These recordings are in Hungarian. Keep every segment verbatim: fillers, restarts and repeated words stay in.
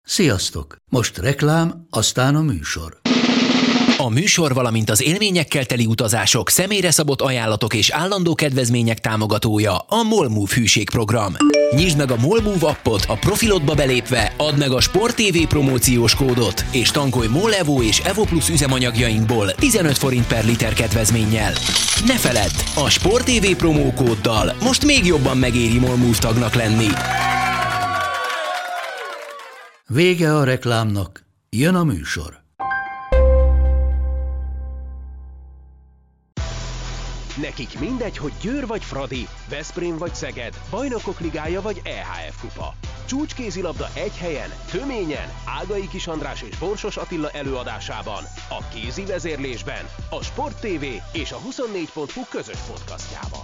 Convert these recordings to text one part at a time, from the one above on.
Sziasztok! Most reklám, aztán a műsor. A műsor, valamint az élményekkel teli utazások, személyre szabott ajánlatok és állandó kedvezmények támogatója a MOLMOVE hűségprogram. Nyisd meg a MOLMOVE appot, a profilodba belépve add meg a Sport té vé promóciós kódot, és tankolj MOL Evo és Evo Plus üzemanyagjainkból tizenöt forint per liter kedvezménnyel. Ne feledd, a Sport té vé promókóddal most még jobban megéri MOLMOVE tagnak lenni. Vége a reklámnak, jön a műsor. Nekik mindegy, hogy Győr vagy Fradi, Veszprém vagy Szeged, Bajnokok Ligája vagy é há ef kupa. Csúcskézilabda egy helyen, töményen, Ágai Kis András és Borsos Attila előadásában, a kézi vezérlésben, a Sport té vé és a huszonnégy pont hu közös podcastjában.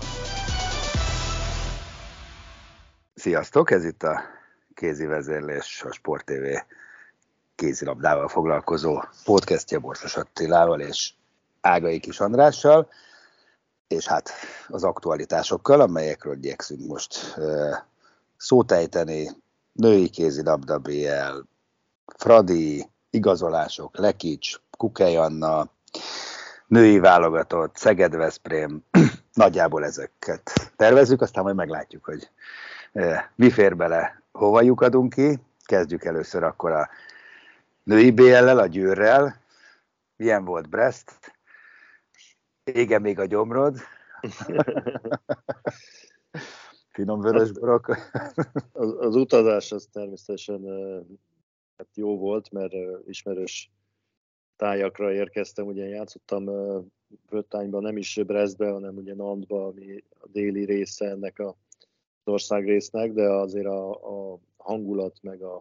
Sziasztok, ez itt a kézi vezérlés, a Sport té vé kézilabdával foglalkozó podcastja Borsos Attilával és Ágai Kis Andrással, és hát az aktualitásokkal, amelyekről igyekszünk most uh, szót ejteni, női kézilabda bé el, Fradi, igazolások, Lekics, Kukely Anna, női válogatott, Szeged-Veszprém, nagyjából ezeket tervezzük, aztán majd meglátjuk, hogy uh, mi fér bele, hova lyukadunk ki. Kezdjük először akkor a női bé el-lel, a Győrrel. Milyen volt Brest? Ége még a gyomrod. Finom vörösborok. Az, az utazás az természetesen hát jó volt, mert ismerős tájakra érkeztem. Ugye játszottam Bröttányban, nem is Brestbe, hanem ugye Nantba, ami a déli része ennek a az országrésznek, de azért a, a hangulat meg a,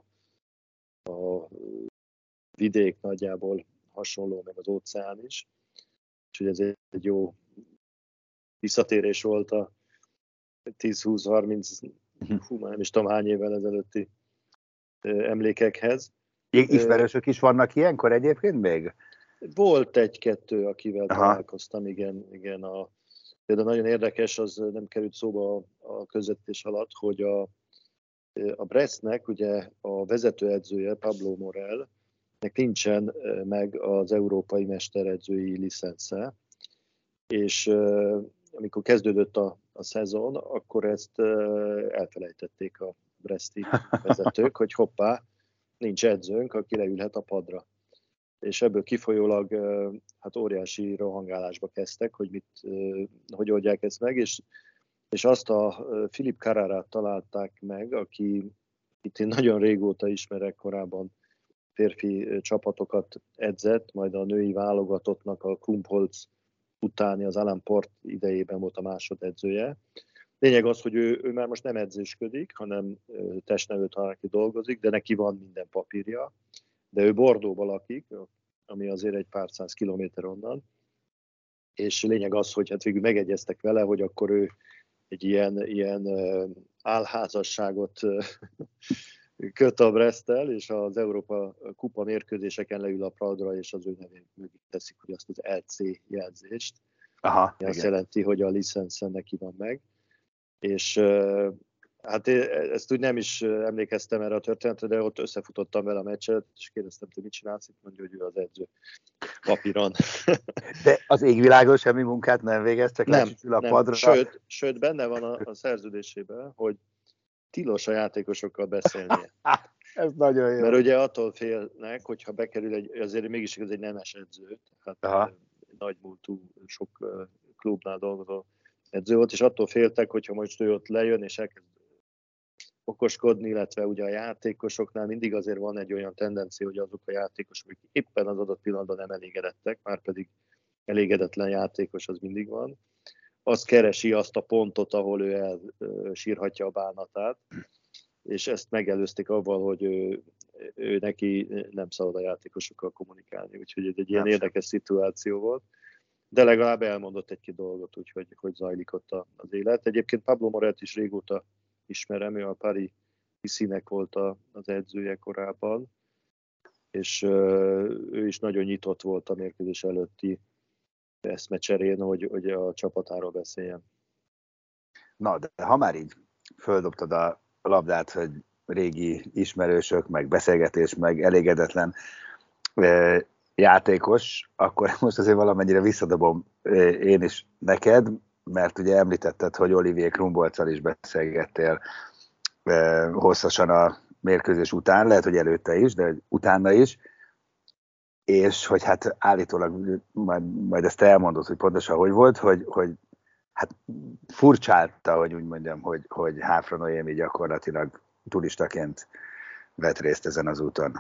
a vidék nagyjából hasonló, meg az óceán is. Úgyhogy ez egy jó visszatérés volt a tíz-húsz-harminc, hú, nem is tudom hány évvel ezelőtti emlékekhez. Ismerősök is vannak ilyenkor egyébként még? Volt egy-kettő, akivel Aha. találkoztam, igen. igen a, például nagyon érdekes, az nem került szóba a, a közvetítés alatt, hogy a, a Brestnek ugye a vezetőedzője, Pablo Morel, nek nincsen meg az európai mesteredzői licensze, és uh, amikor kezdődött a, a szezon, akkor ezt uh, elfelejtették a breszti vezetők, hogy hoppá, nincs edzőnk, aki leülhet a padra. És ebből kifolyólag uh, hát óriási rohangálásba kezdtek, hogy mit, uh, hogy oldják ezt meg, és, és azt a uh, Philip Carrarát találták meg, aki itt én nagyon régóta ismerek, korábban férfi csapatokat edzett, majd a női válogatottnak a Krumpholz utáni, az Alan Port idejében volt a másodedzője. Lényeg az, hogy ő, ő már most nem edzősködik, hanem testnevelőtanárként dolgozik, de neki van minden papírja. De ő Bordeauxban lakik, ami azért egy pár száz kilométer onnan. És lényeg az, hogy hát végül megegyeztek vele, hogy akkor ő egy ilyen, ilyen álházasságot köt a Bresttel, és az Európa kupa mérkőzéseken leül a padra, és az ő nevén mögé teszik, hogy azt az el cé jelzést. Aha, azt igen. jelenti, hogy a licenszen neki van meg. És hát ezt úgy nem is emlékeztem erre a történetre, de ott összefutottam vele a meccset, és kérdeztem, hogy mit csinálsz, itt mondja, hogy ő az edző papíron. De az égvilágon semmi munkát nem végez, csak nem, a nem. padra. Sőt, sőt, benne van a, a szerződésében, hogy tilos a játékosokkal beszélnie. Ez nagyon jó. Mert ugye attól félnek, hogyha bekerül egy, azért mégis ez egy nemes edző, tehát nagymúltú, sok klubnál dolgozó edző volt, és attól féltek, hogyha most ő ott lejön, és elkezd okoskodni, illetve ugye a játékosoknál mindig azért van egy olyan tendencia, hogy azok a játékosok, akik éppen az adott pillanatban nem elégedettek, már pedig elégedetlen játékos az mindig van, az keresi azt a pontot, ahol ő elsírhatja a bánatát, és ezt megelőzték avval, hogy ő, ő neki nem szabad a játékosokkal kommunikálni, úgyhogy ez egy ilyen nem érdekes sem. szituáció volt, de legalább elmondott egy-két dolgot, úgyhogy hogy zajlik ott az élet. Egyébként Pablo Morelt is régóta ismerem, ő a Paris Piscinek volt az edzője korábban, és ő is nagyon nyitott volt a mérkőzés előtti eszmecserén, hogy, hogy a csapatáról beszéljen. Na, de ha már így földobtad a labdát, hogy régi ismerősök, meg beszélgetés, meg elégedetlen játékos, akkor most azért valamennyire visszadobom én is neked, mert ugye említetted, hogy Olivier Krumbolccal is beszélgettél hosszasan a mérkőzés után, lehet, hogy előtte is, de utána is, és hogy hát állítólag, majd, majd ezt elmondod, hogy pontosan hogy volt, hogy, hogy hát furcsálta, hogy úgy mondjam, hogy, hogy Háfra Noémi gyakorlatilag turistaként vett részt ezen az úton.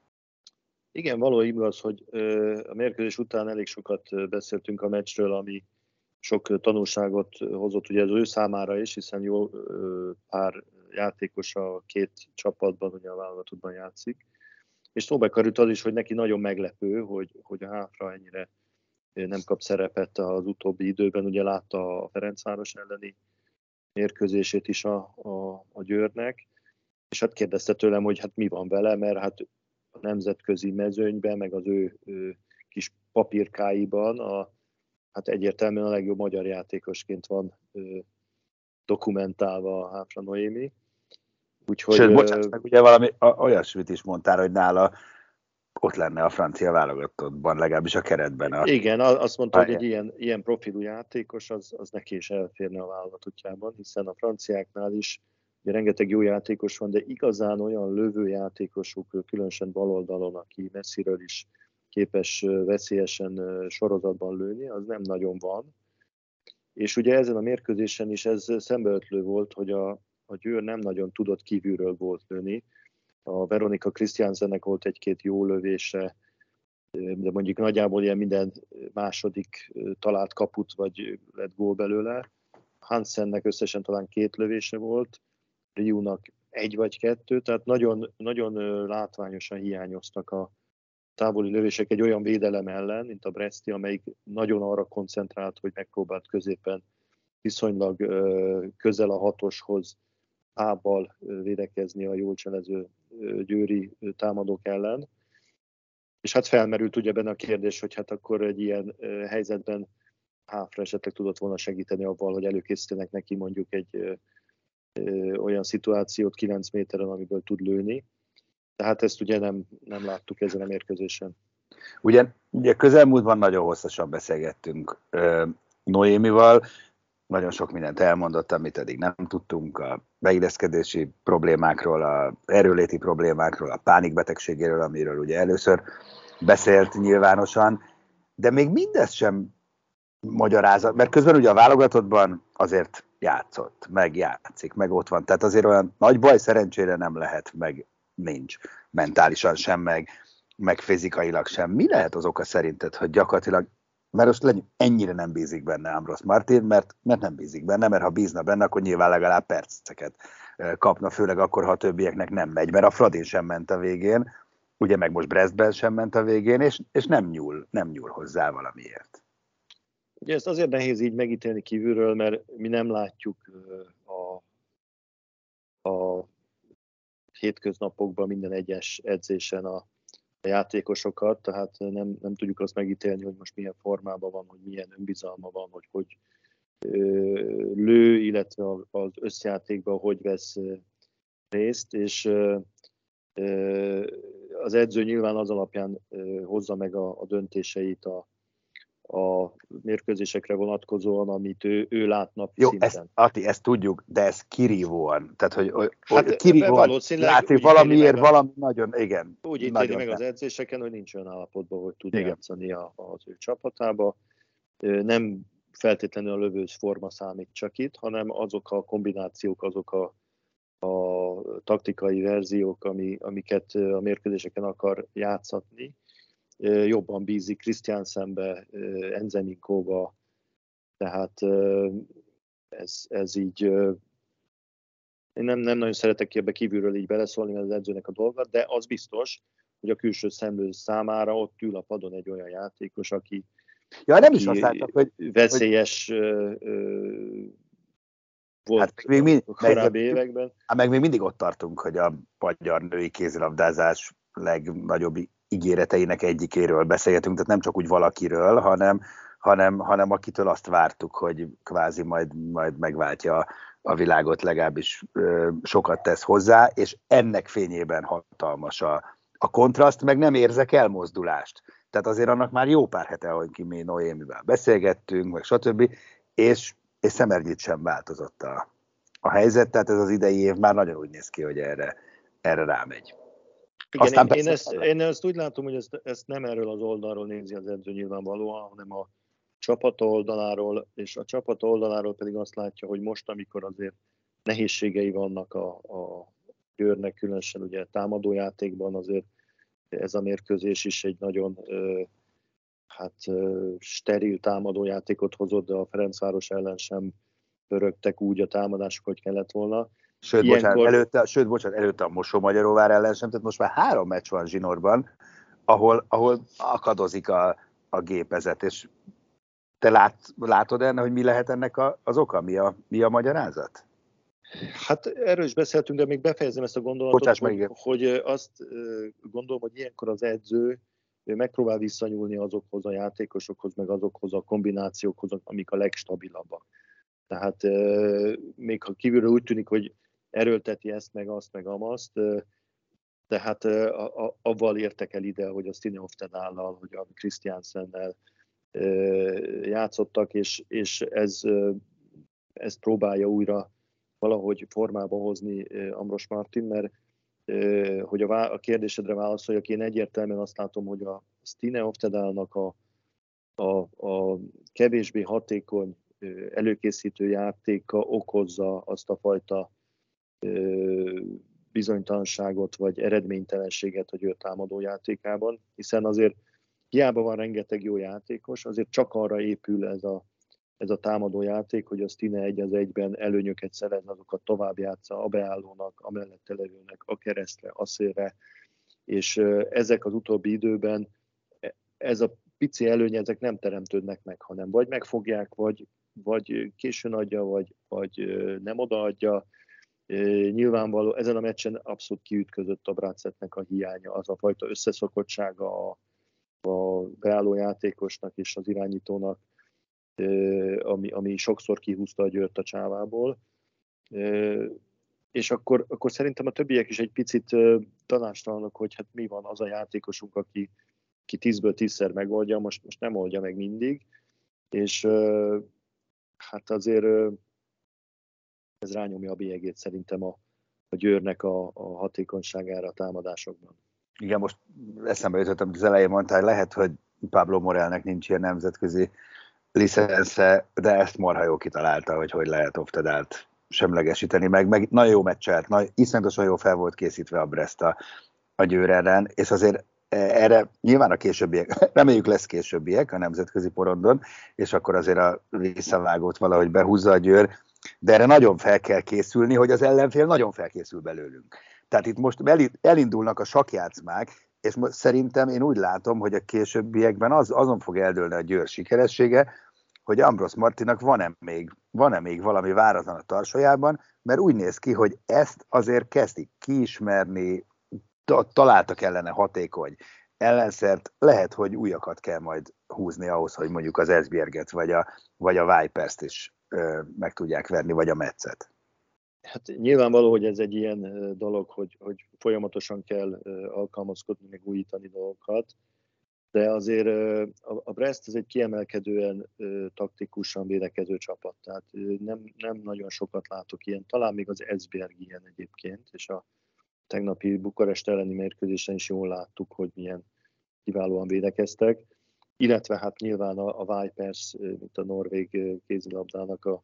Igen, való igaz, hogy a mérkőzés után elég sokat beszéltünk a meccsről, ami sok tanulságot hozott ugye az ő számára is, hiszen jó pár játékos a két csapatban, ugye a válogatottban játszik. És szóba került az is, hogy neki nagyon meglepő, hogy, hogy a Háfra ennyire nem kap szerepet az utóbbi időben. Ugye látta a Ferencváros elleni mérkőzését is a, a, a Győrnek, és hát kérdezte tőlem, hogy hát mi van vele, mert hát a nemzetközi mezőnyben, meg az ő, ő kis papírkáiban a, hát egyértelműen a legjobb magyar játékosként van ő, dokumentálva a Háfra Noémi. Úgyhogy, Sőt, bocsáss meg, ugye valami olyasmit is mondtál, hogy nála ott lenne a francia válogatottban, legalábbis a keretben. A... Igen, azt mondta, hogy egy ilyen, ilyen profilú játékos, az, az neki is elférne a válogatottjában, hiszen a franciáknál is ugye rengeteg jó játékos van, de igazán olyan lövő játékosuk, különösen baloldalon, aki messziről is képes veszélyesen sorozatban lőni, az nem nagyon van. És ugye ezen a mérkőzésen is ez szembeötlő volt, hogy a, a Győr nem nagyon tudott kívülről gólt lőni. A Veronika Christiansennek volt egy-két jó lövése, de mondjuk nagyjából ilyen minden második talált kaput, vagy lett gól belőle. Hansennek összesen talán két lövése volt, Riunak egy vagy kettő, tehát nagyon, nagyon látványosan hiányoztak a távoli lövések egy olyan védelem ellen, mint a Breszti, amelyik nagyon arra koncentrált, hogy megpróbált középen viszonylag közel a hatoshoz hábbal védekezni a jól cselező győri támadók ellen. És hát felmerült ugye benne a kérdés, hogy hát akkor egy ilyen helyzetben Háfra esetleg tudott volna segíteni abban, hogy előkészítenek neki mondjuk egy olyan szituációt kilenc méteren, amiből tud lőni. Tehát ezt ugye nem, nem láttuk ezen a mérkőzésen. Ugye, ugye közelmúltban nagyon hosszasan beszélgettünk uh, Noémival, nagyon sok mindent elmondott, amit eddig nem tudtunk, a beilleszkedési problémákról, a erőléti problémákról, a pánikbetegségéről, amiről ugye először beszélt nyilvánosan, de még mindez sem magyarázat, mert közben ugye a válogatottban azért játszott, meg játszik, meg ott van, tehát azért olyan nagy baj szerencsére nem lehet, meg nincs mentálisan sem, meg, meg fizikailag sem. Mi lehet az oka szerinted, hogy gyakorlatilag, mert most legyünk, ennyire nem bízik benne Ambros Martin, mert, mert nem bízik benne, mert ha bízna benne, akkor nyilván legalább perceket kapna, főleg akkor, ha a többieknek nem megy, mert a Fradin sem ment a végén, ugye meg most Brestben sem ment a végén, és, és nem nyúl, nem nyúl hozzá valamiért. Ugye ezt azért nehéz így megítélni kívülről, mert mi nem látjuk a, a hétköznapokban minden egyes edzésen a játékosokat, tehát nem, nem tudjuk azt megítélni, hogy most milyen formában van, hogy milyen önbizalma van, hogy hogy lő, illetve az összjátékban hogy vesz részt, és az edző nyilván az alapján hozza meg a, a döntéseit a, a mérkőzésekre vonatkozóan, amit ő, ő lát napi Jó, szinten. Ezt, Ati, ezt tudjuk, de ez kirívóan. Tehát, hogy, hogy hát kirívóan látni valamiért, a, valami nagyon, igen. Úgy ítéli meg az edzéseken, hogy nincs olyan állapotban, hogy tud igen. játszani a, az ő csapatába. Nem feltétlenül a lövős forma számít csak itt, hanem azok a kombinációk, azok a, a taktikai verziók, ami, amiket a mérkőzéseken akar játszatni. Jobban bízik Christiansenbe, Enzeminkóba, tehát ez, ez így, én nem, nem nagyon szeretek ki ebbe kívülről így beleszólni, mert az edzőnek a dolga, de az biztos, hogy a külső szemlő számára ott ül a padon egy olyan játékos, aki, ja, nem is azt láttak, hogy veszélyes hogy... volt hát még mind, korábbi meg, években. Hát meg még mindig ott tartunk, hogy a magyar női kézilabdázás legnagyobb ígéreteinek egyikéről beszélgetünk, tehát nem csak úgy valakiről, hanem, hanem, hanem akitől azt vártuk, hogy kvázi majd, majd megváltja a világot, legalábbis sokat tesz hozzá, és ennek fényében hatalmas a, a kontraszt, meg nem érzek elmozdulást. Tehát azért annak már jó pár hete, hogy Kimi Noémivel beszélgettünk, meg stb., és, és szemernyit sem változott a, a helyzet, tehát ez az idei év már nagyon úgy néz ki, hogy erre, erre rámegy. Igen, Aztán én, én, ezt, én ezt úgy látom, hogy ezt, ezt nem erről az oldalról nézi az edző nyilvánvalóan, hanem a csapat oldaláról, és a csapat oldaláról pedig azt látja, hogy most, amikor azért nehézségei vannak a, a Győrnek, különösen ugye támadójátékban, azért ez a mérkőzés is egy nagyon ö, hát, ö, steril támadójátékot hozott, de a Ferencváros ellen sem pörögtek úgy a támadások, hogy kellett volna. Sőt, Ilyenkor... bocsánat, előtte, sőt, bocsánat, előtte a Mosó-Magyaróvár ellen sem, tehát most már három meccs van zsinórban, ahol, ahol akadozik a, a gépezet, és te lát, látod enne, hogy mi lehet ennek a, az oka, mi a, mi a magyarázat? Hát erről is beszéltünk, de még befejezem ezt a gondolatot, Bocsáss, hogy, hogy azt gondolom, hogy ilyenkor az edző megpróbál visszanyúlni azokhoz a játékosokhoz, meg azokhoz a kombinációkhoz, amik a legstabilabbak. Tehát még ha kívülről úgy tűnik, hogy erőlteti ezt, meg azt, meg amazt, tehát avval értek el ide, hogy a Stine Oftedállal, hogy a Christiansennel játszottak, és, és ez, ez próbálja újra valahogy formába hozni Ambros Martin, mert hogy a, a kérdésedre válaszoljak, én egyértelműen azt látom, hogy a Stine Oftedalnak a, a, a kevésbé hatékony előkészítő játéka okozza azt a fajta bizonytalanságot vagy eredménytelenséget, hogy ő támadó játékában, hiszen azért hiába van rengeteg jó játékos, azért csak arra épül ez a, ez a támadó játék, hogy a Stine egy az egyben előnyöket szerez, azokat tovább játsza a beállónak, a mellette levőnek, a keresztre, a szélre, és ezek az utóbbi időben ez a pici előny, ezek nem teremtődnek meg, hanem vagy megfogják, vagy, vagy későn adja, vagy, vagy nem odaadja. Nyilvánvaló, ezen a meccsen abszolút kiütközött a Bracetnek a hiánya, az a fajta összeszokottsága a, a beálló játékosnak és az irányítónak, ami, ami sokszor kihúzta a Győrt a csávából. És akkor, akkor szerintem a többiek is egy picit tanástalanok, hogy hát mi van az a játékosunk, aki, aki tízből tízszer megoldja, most, most nem oldja meg mindig, és hát azért ez rányomja a bélyegét szerintem a, a Győrnek a, a hatékonyságára a támadásokban. Igen, most eszembe jutott, amit az elején mondtál, lehet, hogy Pablo Morelnek nincs ilyen nemzetközi licensze, de ezt marha jó kitalálta, hogy hogy lehet Oftedált semlegesíteni, meg, meg nagyon jó meccselt, nagy, iszonyatosan jó fel volt készítve a Brest a, a Győr ellen, és azért erre nyilván a későbbiek, reméljük lesz későbbiek a nemzetközi porondon, és akkor azért a visszavágót valahogy behúzza a Győr, de erre nagyon fel kell készülni, hogy az ellenfél nagyon felkészül belőlünk. Tehát itt most elindulnak a sakkjátszmák, és szerintem én úgy látom, hogy a későbbiekben az, azon fog eldőlni a Győr sikeressége, hogy Ambros Martinak van-e még, van-e még valami váratlan a tarsajában, mert úgy néz ki, hogy ezt azért kezdik kiismerni, találtak ellene hatékony ellenszert, lehet, hogy újakat kell majd húzni ahhoz, hogy mondjuk az Esbjerget vagy a, vagy a Vipers-t is ö, meg tudják verni, vagy a Metszet. Hát nyilvánvaló, hogy ez egy ilyen dolog, hogy, hogy folyamatosan kell alkalmazkodni, meg újítani dolgokat, de azért a Brest ez egy kiemelkedően taktikusan védekező csapat, tehát nem, nem nagyon sokat látok ilyen, talán még az Esbjerg ilyen egyébként, és a tegnapi Bukarest elleni mérkőzésen is jól láttuk, hogy milyen kiválóan védekeztek, illetve hát nyilván a, a Vipers, mint a norvég kézilabdának a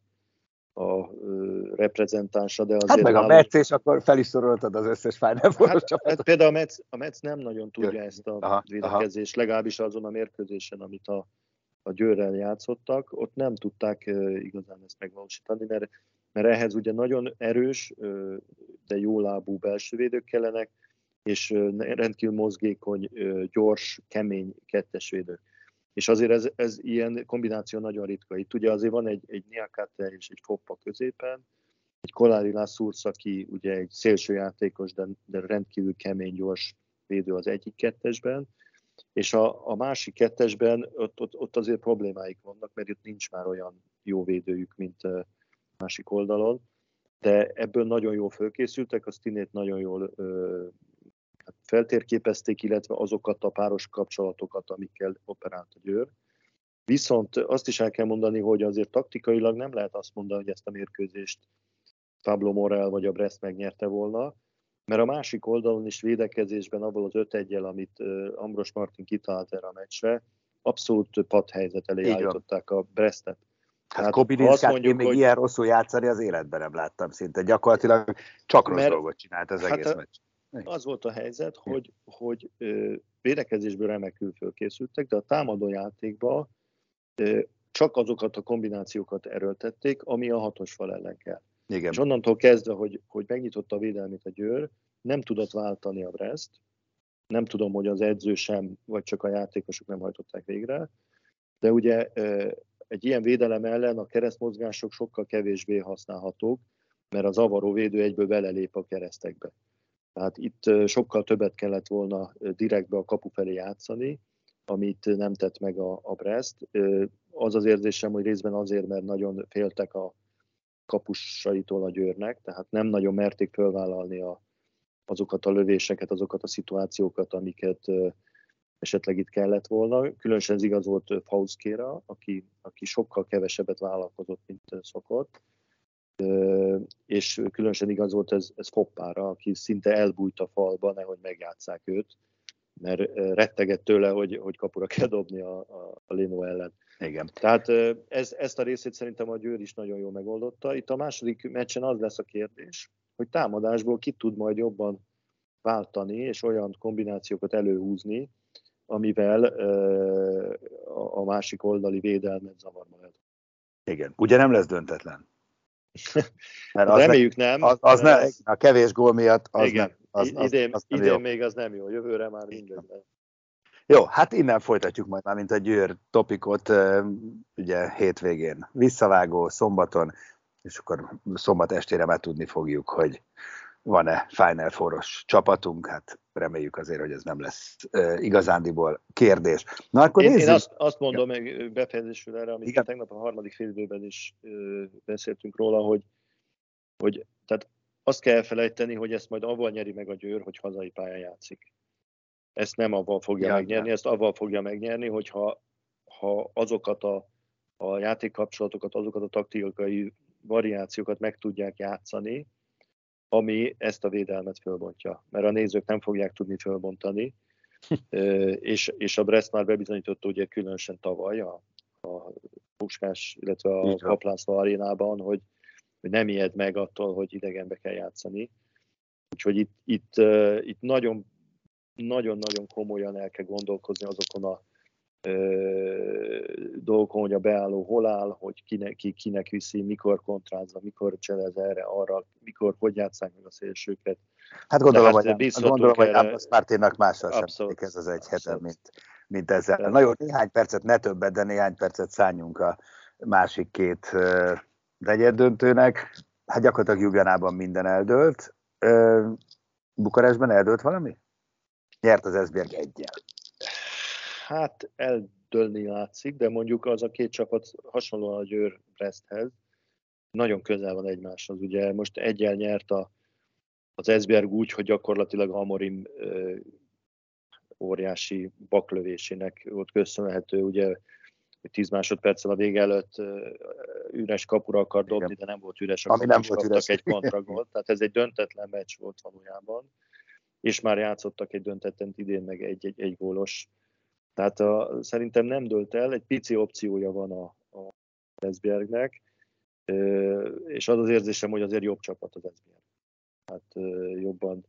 a reprezentánsa, de azért... Hát meg a Metsz, és akkor fel is soroltad az összes Final Four-os hát, csapatot. Hát például a Metsz, a Metsz nem nagyon tudja Jö. ezt a aha, védekezést, aha. Legalábbis azon a mérkőzésen, amit a, a Győrrel játszottak, ott nem tudták uh, igazán ezt megvalósítani, mert, mert ehhez ugye nagyon erős, uh, de jó lábú belső védők kellenek, és uh, rendkívül mozgékony, uh, gyors, kemény kettes védők. És azért ez, ez ilyen kombináció nagyon ritka. Itt ugye azért van egy, egy Niakate és egy Foppa középen, egy Kolári Lászúrsz, aki ugye egy szélsőjátékos, de, de rendkívül kemény, gyors védő az egyik kettesben, és a, a másik kettesben ott, ott, ott azért problémáik vannak, mert ott nincs már olyan jó védőjük, mint a másik oldalon. de ebből nagyon jól fölkészültek, a Stinét nagyon jól ö, feltérképezték, illetve azokat a páros kapcsolatokat, amikkel operált a Győr. Viszont azt is el kell mondani, hogy azért taktikailag nem lehet azt mondani, hogy ezt a mérkőzést Pablo Morel vagy a Brest megnyerte volna, mert a másik oldalon is védekezésben abból az öt egyel, amit Ambros Martin kitalált erre a meccsre, abszolút padhelyzet elé állították a Brestet. Hát Kobylinszkát én még hogy... ilyen rosszul játszani az életben nem láttam szinte. Gyakorlatilag csak rossz mert... dolgot csinált az egész hát meccs. Az volt a helyzet, hogy, hogy védekezésből remekül fölkészültek, de a támadó játékban csak azokat a kombinációkat erőltették, ami a hatos fal ellen kell. Igen. És onnantól kezdve, hogy, hogy megnyitotta a védelmét a Győr, nem tudott váltani a Brest, nem tudom, hogy az edző sem, vagy csak a játékosok nem hajtották végre, de ugye egy ilyen védelem ellen a keresztmozgások sokkal kevésbé használhatók, mert a zavaró védő egyből belelép a keresztekbe. Tehát itt sokkal többet kellett volna direktbe a kapu felé játszani, amit nem tett meg a, a Brest. Az az érzésem, hogy részben azért, mert nagyon féltek a kapusaitól a Győrnek, tehát nem nagyon merték fölvállalni a, azokat a lövéseket, azokat a szituációkat, amiket esetleg itt kellett volna. Különösen ez igaz volt Fauskéra, aki, aki sokkal kevesebbet vállalkozott, mint szokott. És különösen igaz volt ez, ez Foppára, aki szinte elbújt a falba, nehogy megjátsszák őt, mert rettegett tőle, hogy, hogy kapura kell dobni a, a, a Leno ellen. Igen. Tehát ez, ezt a részét szerintem a Győr is nagyon jól megoldotta. Itt a második meccsen az lesz a kérdés, hogy támadásból ki tud majd jobban váltani, és olyan kombinációkat előhúzni, amivel a másik oldali védelmet zavarba lehet. Igen. Ugye nem lesz döntetlen? Mert az Reméljük ne, nem. Az, az ne, az... A kevés gól miatt az igen. nem. Az, az, idén az nem idén jó. még az nem jó, jövőre már mindegy. Jó, hát innen folytatjuk majd már, mint a Győr topikot, ugye hétvégén visszavágó, szombaton, és akkor szombat estére már tudni fogjuk, hogy van-e Final Four-os csapatunk, hát reméljük azért, hogy ez nem lesz uh, igazándiból kérdés. Na akkor én, nézzük. Én azt, azt mondom ja. meg befejezésül erre, amit igen. tegnap a harmadik félidőben is uh, beszéltünk róla, hogy, hogy tehát azt kell elfelejteni, hogy ezt majd avval nyeri meg a Győr, hogy hazai pályán játszik. Ezt nem avval fogja ja, megnyerni, nem. ezt avval fogja megnyerni, hogyha ha azokat a, a játékkapcsolatokat, azokat a taktikai variációkat meg tudják játszani, ami ezt a védelmet fölbontja. Mert a nézők nem fogják tudni fölbontani, és, és a Brest már bebizonyította ugye különösen tavaly a, a Puskás, illetve a Kaplánszla arénában, hogy, hogy nem ijed meg attól, hogy idegenbe kell játszani. Úgyhogy itt, itt, itt nagyon nagyon-nagyon komolyan el kell gondolkozni azokon a ö, dolgokon, hogy a beálló hol áll, hogy kinek, ki, kinek viszi, mikor kontrázza, mikor cselez erre, arra, mikor, hogy játsszák meg a szélsőket. Hát gondolom, hát hogy, gondolom, hogy Abbas Martinnak mással sem ez az egy hete, mint, mint ezzel. Tehát, nagyon néhány percet, ne többet, de néhány percet szálljunk a másik két uh, negyed-döntőnek. Hát gyakorlatilag Ljubljanában minden eldőlt. Uh, Bukarestben eldőlt valami? Nyert az Esbjerg egyel. Hát eldőlni látszik, de mondjuk az a két csapat hasonlóan a Győr Bresthez nagyon közel van egymáshoz. Ugye most egyel nyert a, az Esbjerg úgy, hogy gyakorlatilag Amorim ö, óriási baklövésének volt köszönhető, ugye tíz másodperccel a vége előtt ö, üres kapura akar dobni, de nem volt üres, akkor nem volt üres. Egy kontragolt. Tehát ez egy döntetlen meccs volt valójában. És már játszottak egy döntettent idén, meg egy, egy, egy gólos. Tehát a, szerintem nem dőlt el, egy pici opciója van a, a Esbjergnek, és az az érzésem, hogy azért jobb csapat az Esbjerg. Hát jobban,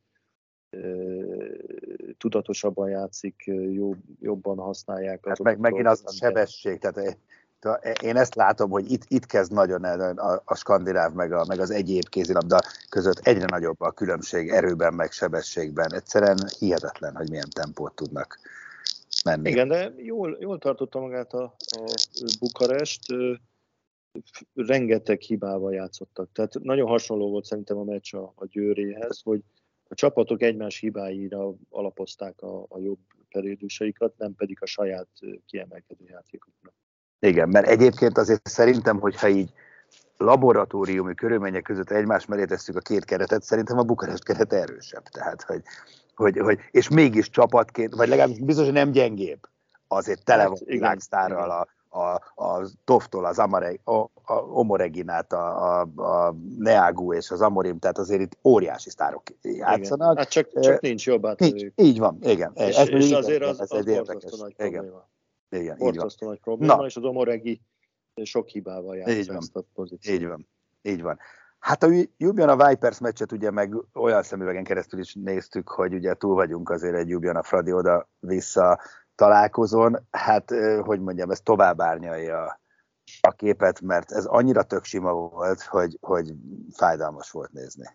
tudatosabban játszik, jobb, jobban használják. Hát meg, megint az a sebesség, tehát én ezt látom, hogy itt, itt kezd nagyon a, a skandináv meg, a, meg az egyéb kézilabda között egyre nagyobb a különbség erőben, meg sebességben. Egyszerűen hihetetlen, hogy milyen tempót tudnak menni. Igen, de jól, jól tartotta magát a, a Bukarest, rengeteg hibával játszottak. Tehát nagyon hasonló volt szerintem a meccs a, a Győréhez, hogy a csapatok egymás hibáira alapozták a, a jobb periódusaikat, nem pedig a saját kiemelkedő játékokra. Igen, mert egyébként azért szerintem, hogyha így laboratóriumi körülmények között egymás mellé tesszük a két keretet, szerintem a Bukarest keret erősebb. Tehát, hogy, hogy, hogy, és mégis csapatként, vagy legalábbis biztos, hogy nem gyengébb. Azért tele Hát, van igen, világsztárral a, a, a Toftól, az Amare, a, a Omoreginát, a, a, a Neagu és az Amorim, tehát azért itt óriási sztárok játszanak. Igen. Hát csak, csak nincs jobb Nincs, így van, igen. És, ez és így azért van, az, ez az egy borzasztó nagy probléma. Igen, igen, borzasztó nagy probléma, Na. és az Omoregi sok hibával játsza ezt a pozíciót. Így van, így van. Hát a Ljubljana Vipers meccset ugye meg olyan szemüvegen keresztül is néztük, hogy ugye túl vagyunk azért egy Ljubljana Fradi oda-vissza találkozón. Hát, hogy mondjam, ez tovább árnyalja a, a képet, mert ez annyira tök sima volt, hogy, hogy fájdalmas volt nézni.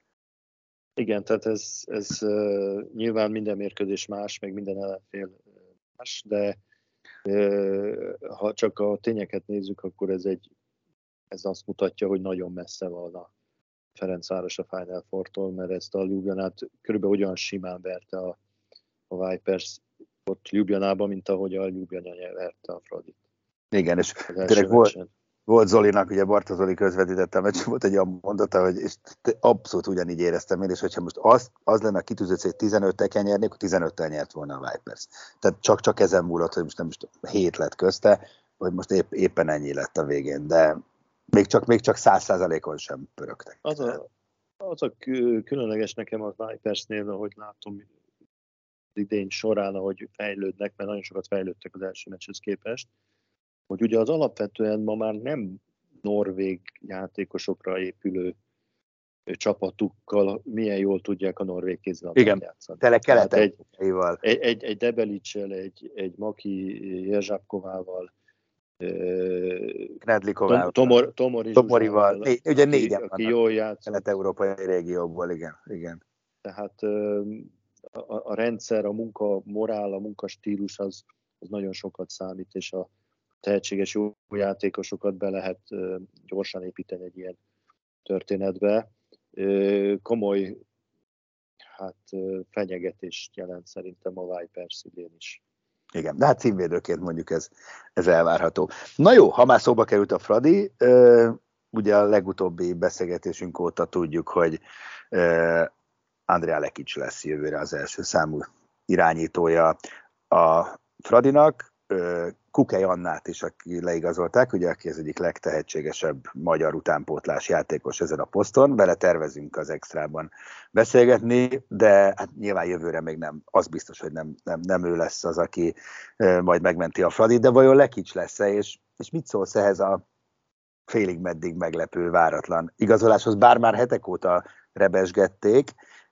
Igen, tehát ez, ez uh, nyilván minden mérkőzés más, meg minden ellenfél más, de uh, ha csak a tényeket nézzük, akkor ez egy ez azt mutatja, hogy nagyon messze van a Ferencváros a Final Four-tól, mert ezt a Ljubljanát körülbelül olyan simán verte a, a Vipers ott Ljubljanában, mint ahogy a Ljubljana verte a Fradit. Igen, és tényleg volt, volt Zolinak, ugye Barta Zoli közvetítette a meccs, volt egy olyan mondata, hogy és abszolút ugyanígy éreztem én, és hogyha most az, az lenne a kitűzött, hogy tizenöttel kell nyerni, akkor tizenöttel nyert volna a Vipers. Tehát csak-csak ezen múlott, hogy most nem most hét lett közte, hogy most épp, éppen ennyi lett a végén, de még csak, még csak száz százalékon sem pörögtek. Az a, az a különleges nekem a Vipersnél, ahogy látom idén során, ahogy fejlődnek, mert nagyon sokat fejlődtek az első meccshez képest, hogy ugye az alapvetően ma már nem norvég játékosokra épülő csapatukkal milyen jól tudják a norvég kézilabdát játszani. Tele keleten. Egy, egy, egy, egy Debelicsel, egy, egy Maki Jerzsápkovával, Knedlikovával, Tomor, Tomori Tomorival, né, ugye négyen aki, aki jól játszott. Kelet-európai régióból, igen, igen. Tehát a, a rendszer, a munka morál, a munkastílus az, az nagyon sokat számít, és a tehetséges jó játékosokat be lehet gyorsan építeni egy ilyen történetbe. Komoly hát, fenyegetést jelent szerintem a Vipers idén is. Igen, de hát címvédőként mondjuk ez, ez elvárható. Na jó, ha már szóba került a Fradi, ugye a legutóbbi beszélgetésünk óta tudjuk, hogy Andrea Lekic lesz jövőre az első számú irányítója a Fradinak. Kukej Annát is, aki leigazolták, ugye, aki az egyik legtehetségesebb magyar utánpótlás játékos ezen a poszton, vele tervezünk az extrában beszélgetni, de hát nyilván jövőre még nem, az biztos, hogy nem, nem, nem ő lesz az, aki majd megmenti a Fradit, de vajon Lekic lesz-e, és, és mit szólsz ehhez a félig meddig meglepő, váratlan igazoláshoz, bár már hetek óta rebesgették,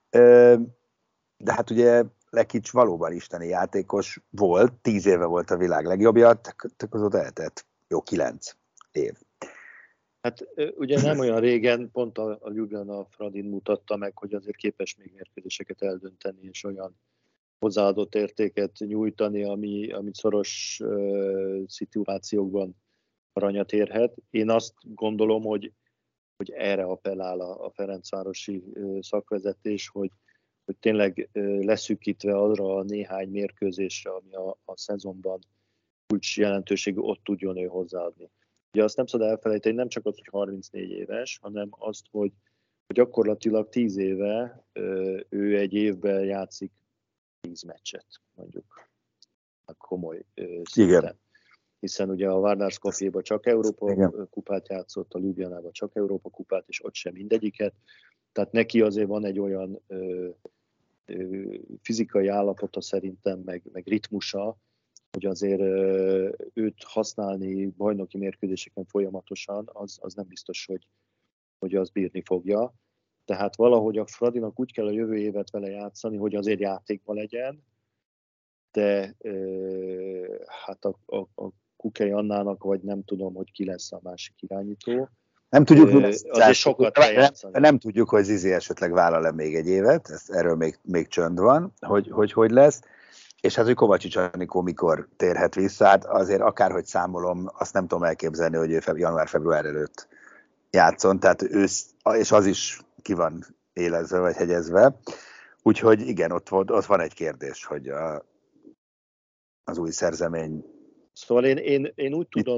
de hát ugye Lekic valóban isteni játékos volt, tíz éve volt a világ legjobbja, csak azóta eltelt jó kilenc év. Hát ugye nem olyan régen, pont a, a Ljubljana Fradin mutatta meg, hogy azért képes még mérkőzéseket eldönteni, és olyan hozzáadott értéket nyújtani, ami, amit szoros uh, szituációkban aranyat érhet. Én azt gondolom, hogy, hogy erre appellál a, a ferencvárosi uh, szakvezetés, hogy hogy tényleg leszűkítve arra a néhány mérkőzésre, ami a, a szezonban kulcs jelentőségű, ott tudjon ő hozzáadni. Ugye azt nem szabad elfelejteni, nem csak az, hogy harmincnégy éves, hanem azt, hogy, hogy gyakorlatilag tíz éve ő egy évben játszik tíz meccset, mondjuk. A komoly szinten. Igen. Hiszen ugye a Vardar Skopjéban csak Európa Igen. kupát játszott, a Ljubljanában csak Európa kupát, és ott sem mindegyiket. Tehát neki azért van egy olyan ö, ö, fizikai állapota szerintem, meg, meg ritmusa, hogy azért ö, őt használni bajnoki mérkőzéseken folyamatosan, az, az nem biztos, hogy, hogy az bírni fogja. Tehát valahogy a Fradinak úgy kell a jövő évet vele játszani, hogy azért játékban legyen, de ö, hát a, a, a Kukej Annának, vagy nem tudom, hogy ki lesz a másik irányító. Nem tudjuk, mi lesz, azért sokat kell játszani. Nem, nem tudjuk, hogy Zizi esetleg vállal-e még egy évet, ezt, erről még, még csönd van, hogy, hogy hogy lesz. És hát, hogy Kovácsics Anikó mikor térhet vissza, hát azért akárhogy számolom, azt nem tudom elképzelni, hogy ő január-február előtt játszon, tehát ősz, és az is ki van élezve vagy hegyezve. Úgyhogy igen, ott, ott van egy kérdés, hogy a, az új szerzemény... Szóval én, én, én úgy tudom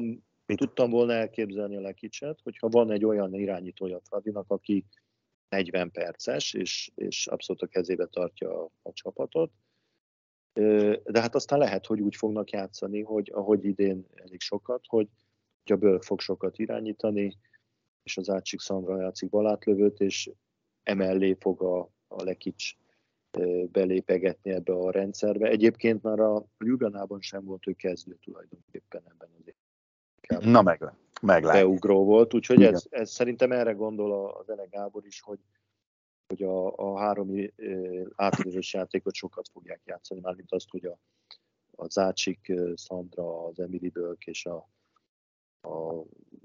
tudtam volna elképzelni a Lekicset, hogyha van egy olyan irányítója Fradinak, aki negyven perces, és, és abszolút a kezébe tartja a, a csapatot. De hát aztán lehet, hogy úgy fognak játszani, hogy ahogy idén elég sokat, hogy a Bölk fog sokat irányítani, és az Ácsik Szandra játszik balátlövőt, és emellé fog a, a Lekics belépegetni ebbe a rendszerbe. Egyébként már a Ljubljanában sem volt ő kezdő tulajdonképpen ebben az évben. Na meg, meglátjuk. Beugró volt, úgyhogy ez, ez szerintem erre gondol a Dele Gábor is, hogy, hogy a, a három átlövős játékot sokat fogják játszani, mármint azt, hogy a, a Zácsik, Szandra, az Emily Bölk és a, a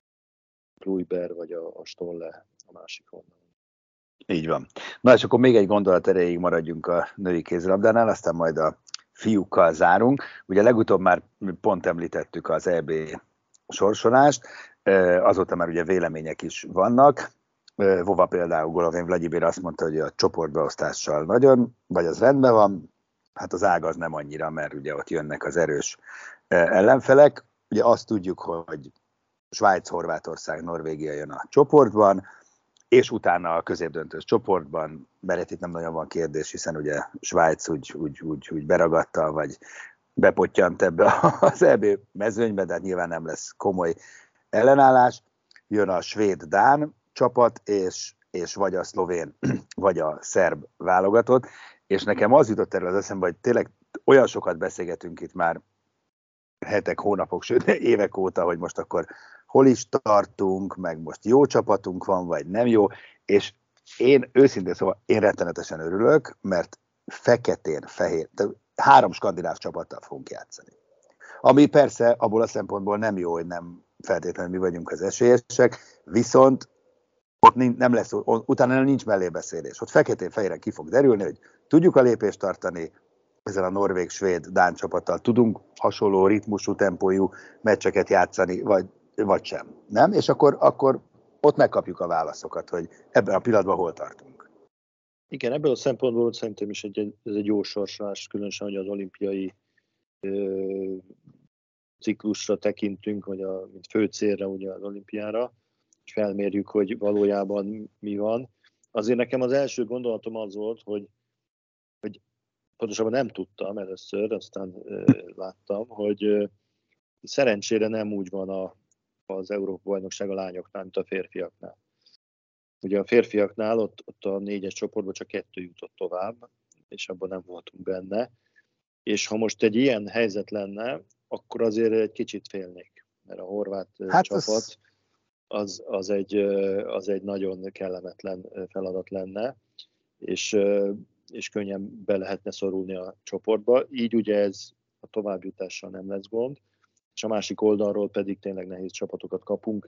Kluiber vagy a, a Stolle a másik oldalon. Így van. Na és akkor még egy gondolat erejéig maradjunk a női kézilabdánál, aztán majd a fiúkkal zárunk. Ugye legutóbb már pont említettük az é bé sorsolást, azóta már ugye vélemények is vannak. Vova például Golovin Vladimir azt mondta, hogy a csoportbeosztással nagyon, vagy az rendben van, hát az ág az nem annyira, mert ugye ott jönnek az erős ellenfelek. Ugye azt tudjuk, hogy Svájc, Horvátország, Norvégia jön a csoportban, és utána a középdöntős csoportban, mert itt nem nagyon van kérdés, hiszen ugye Svájc úgy, úgy, úgy, úgy beragadta, vagy bepottyant ebbe az é bé mezőnybe, de hát nyilván nem lesz komoly ellenállás. Jön a svéd-dán csapat, és, és vagy a szlovén, vagy a szerb válogatott, és nekem az jutott erről az eszembe, hogy tényleg olyan sokat beszélgetünk itt már hetek, hónapok, sőt évek óta, hogy most akkor hol is tartunk, meg most jó csapatunk van, vagy nem jó, és én őszintén szóval én rettenetesen örülök, mert feketén, fehér, három skandináv csapattal fogunk játszani. Ami persze abból a szempontból nem jó, hogy nem feltétlenül mi vagyunk az esélyesek, viszont ott nem lesz, utána nincs mellébeszélés. Ott feketén-fehéren ki fog derülni, hogy tudjuk a lépést tartani, ezzel a norvég, svéd, dán csapattal tudunk hasonló ritmusú, tempójú meccseket játszani, vagy, vagy sem. Nem? És akkor, akkor ott megkapjuk a válaszokat, hogy ebben a pillanatban hol tartunk. Igen, ebből a szempontból szerintem is egy, ez egy jó sorsolás, különösen, hogy az olimpiai ö, ciklusra tekintünk, vagy a, mint fő célra ugye az olimpiára, és felmérjük, hogy valójában mi van. Azért nekem az első gondolatom az volt, hogy, hogy pontosabban nem tudtam először, aztán ö, láttam, hogy ö, szerencsére nem úgy van a, az Európa-bajnokság a lányoknál, mint a férfiaknál. Ugye a férfiaknál ott, ott a négyes csoportban csak kettő jutott tovább, és abban nem voltunk benne. És ha most egy ilyen helyzet lenne, akkor azért egy kicsit félnék, mert a horvát hát csapat az... Az, az, egy, az egy nagyon kellemetlen feladat lenne, és, és könnyen be lehetne szorulni a csoportba. Így ugye ez a továbbjutással nem lesz gond, és a másik oldalról pedig tényleg nehéz csapatokat kapunk,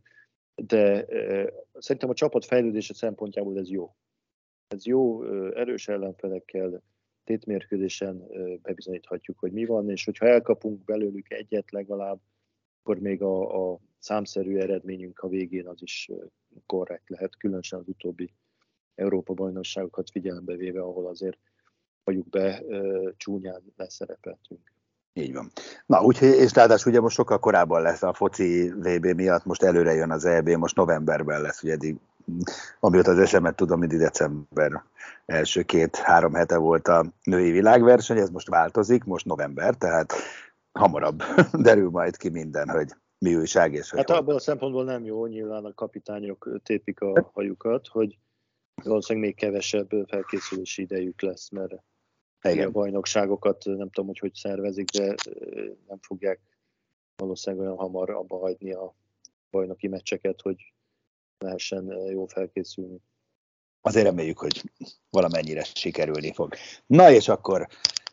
de szerintem a csapat fejlődése szempontjából ez jó. Ez jó, erős ellenfelekkel, tétmérkőzésen bebizonyíthatjuk, hogy mi van, és hogyha elkapunk belőlük egyet legalább, akkor még a, a számszerű eredményünk a végén az is korrekt lehet, különösen az utóbbi Európa-bajnokságokat figyelembe véve, ahol azért vagyunk be, csúnyán leszerepeltünk. Így van. Na, úgyhogy, és ráadásul ugye most sokkal korábban lesz a foci vé bé miatt, most előre jön az é bé, most novemberben lesz, ugye eddig, amióta az es em-et tudom, mindig december első két-három hete volt a női világverseny, ez most változik, most november, tehát hamarabb derül majd ki minden, hogy mi újság és hogy hát abban a szempontból nem jó, nyilván a kapitányok tépik a hajukat, hogy valószínűleg még kevesebb felkészülési idejük lesz, mert igen. A bajnokságokat nem tudom, hogy hogy szervezik, de nem fogják valószínűleg olyan hamar abba hagyni a bajnoki meccseket, hogy lehessen jól felkészülni. Azért reméljük, hogy valamennyire sikerülni fog. Na és akkor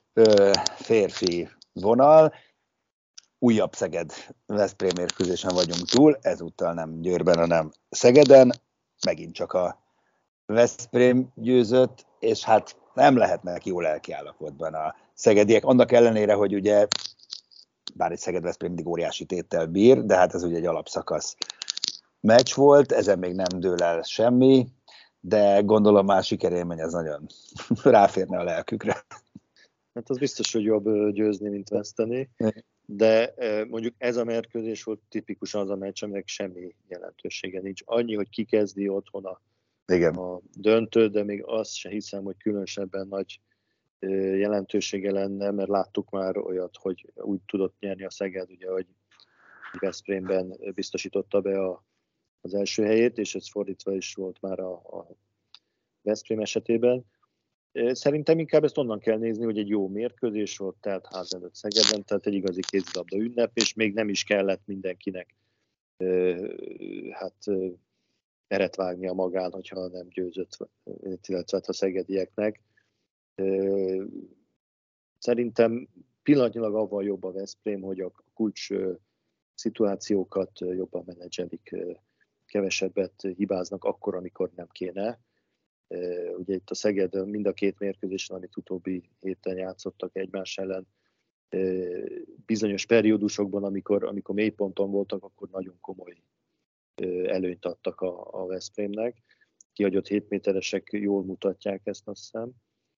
ö, férfi vonal, újabb Szeged-Veszprém mérkőzésen vagyunk túl, ezúttal nem Győrben, hanem Szegeden, megint csak a Veszprém győzött, és hát nem lehetnek jó lelkiállapotban a szegediek, annak ellenére, hogy ugye, bár egy Szeged-Veszprém mindig óriási téttel bír, de hát ez ugye egy alapszakasz meccs volt, ezen még nem dől el semmi, de gondolom már sikerélmény ez nagyon ráférne a lelkükre. Hát az biztos, hogy jobb győzni, mint veszteni, de mondjuk ez a mérkőzés volt tipikusan az a meccs, aminek semmi jelentősége nincs. Annyi, hogy ki kezdi otthon a, a döntőt, de még azt sem hiszem, hogy különösebben nagy jelentősége lenne, mert láttuk már olyat, hogy úgy tudott nyerni a Szeged, ugye, hogy Veszprémben biztosította be a, az első helyét, és ez fordítva is volt már a, a Veszprém esetében. Szerintem inkább ezt onnan kell nézni, hogy egy jó mérkőzés volt, telt ház előtt Szegeden, tehát egy igazi kézilabda ünnep, és még nem is kellett mindenkinek hát eret vágni a magán, hogyha nem győzött, illetve a szegedieknek. Szerintem pillanatnyilag avval jobb a Veszprém, hogy a kulcs szituációkat jobban menedzselik, kevesebbet hibáznak akkor, amikor nem kéne. Ugye itt a Szeged mind a két mérkőzésen, amit utóbbi héten játszottak egymás ellen, bizonyos periódusokban, amikor, amikor mélyponton voltak, akkor nagyon komoly előnyt adtak a, a Veszprémnek. Kihagyott hét méteresek jól mutatják ezt, azt hiszem.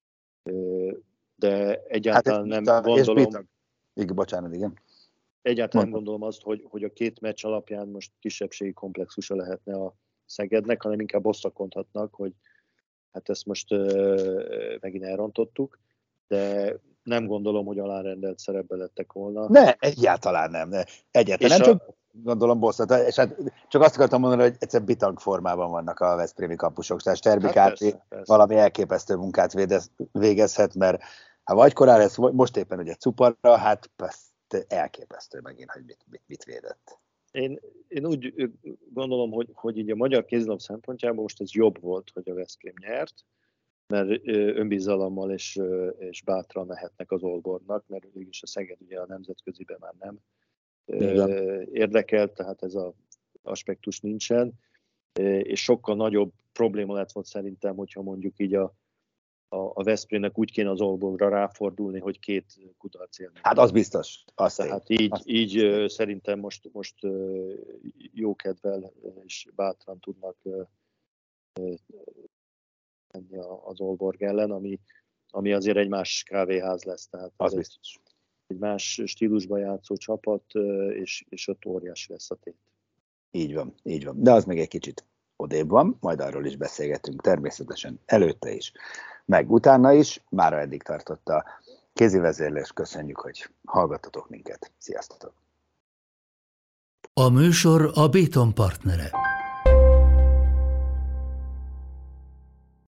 De egyáltalán hát nem gondolom... Igen, bocsánat, igen. Egyáltalán nem gondolom azt, hogy, hogy a két meccs alapján most kisebbségi komplexusa lehetne a Szegednek, hanem inkább osztakodhatnak, hogy hát ezt most uh, megint elrontottuk, de nem gondolom, hogy alárendelt szerepbe lettek volna. Ne, egyáltalán nem. Ne. Egyáltalán nem, a... csak gondolom bosszat. És hát csak azt akartam mondani, hogy egyszer bitang formában vannak a veszprémi kapusok. Tehát Sterbik hát persze, persze. valami elképesztő munkát végez, végezhet, mert ha vagy korán lesz, most éppen ugye Cuparra, hát elképesztő megint, hogy mit, mit, mit védett. Én, én úgy gondolom, hogy, hogy így a magyar kézilabda szempontjából most ez jobb volt, hogy a Veszprém nyert, mert önbizalommal és, és bátran mehetnek az Aalborgnak, mert mégis a Szeged ugye a nemzetköziben már nem Igen. érdekelt, tehát ez az aspektus nincsen, és sokkal nagyobb probléma lett volt szerintem, hogyha mondjuk így a a Veszprémnek úgy kéne az Aalborgra ráfordulni, hogy két kudarc élmény. Hát az biztos. Azt Tehát én. így, azt így én. Szerintem most, most jó kedvel és bátran tudnak menni az Aalborg ellen, ami, ami azért egy más kávéház lesz. Tehát az biztos. Egy más stílusban játszó csapat, és, és ott óriási lesz a tét. Így van, így van. De az még egy kicsit odébb van, majd arról is beszélgetünk természetesen előtte is, meg utána is. Mára eddig tartott a kézi vezérlés. Köszönjük, hogy hallgattatok minket. Sziasztok! A műsor a Béton partnere.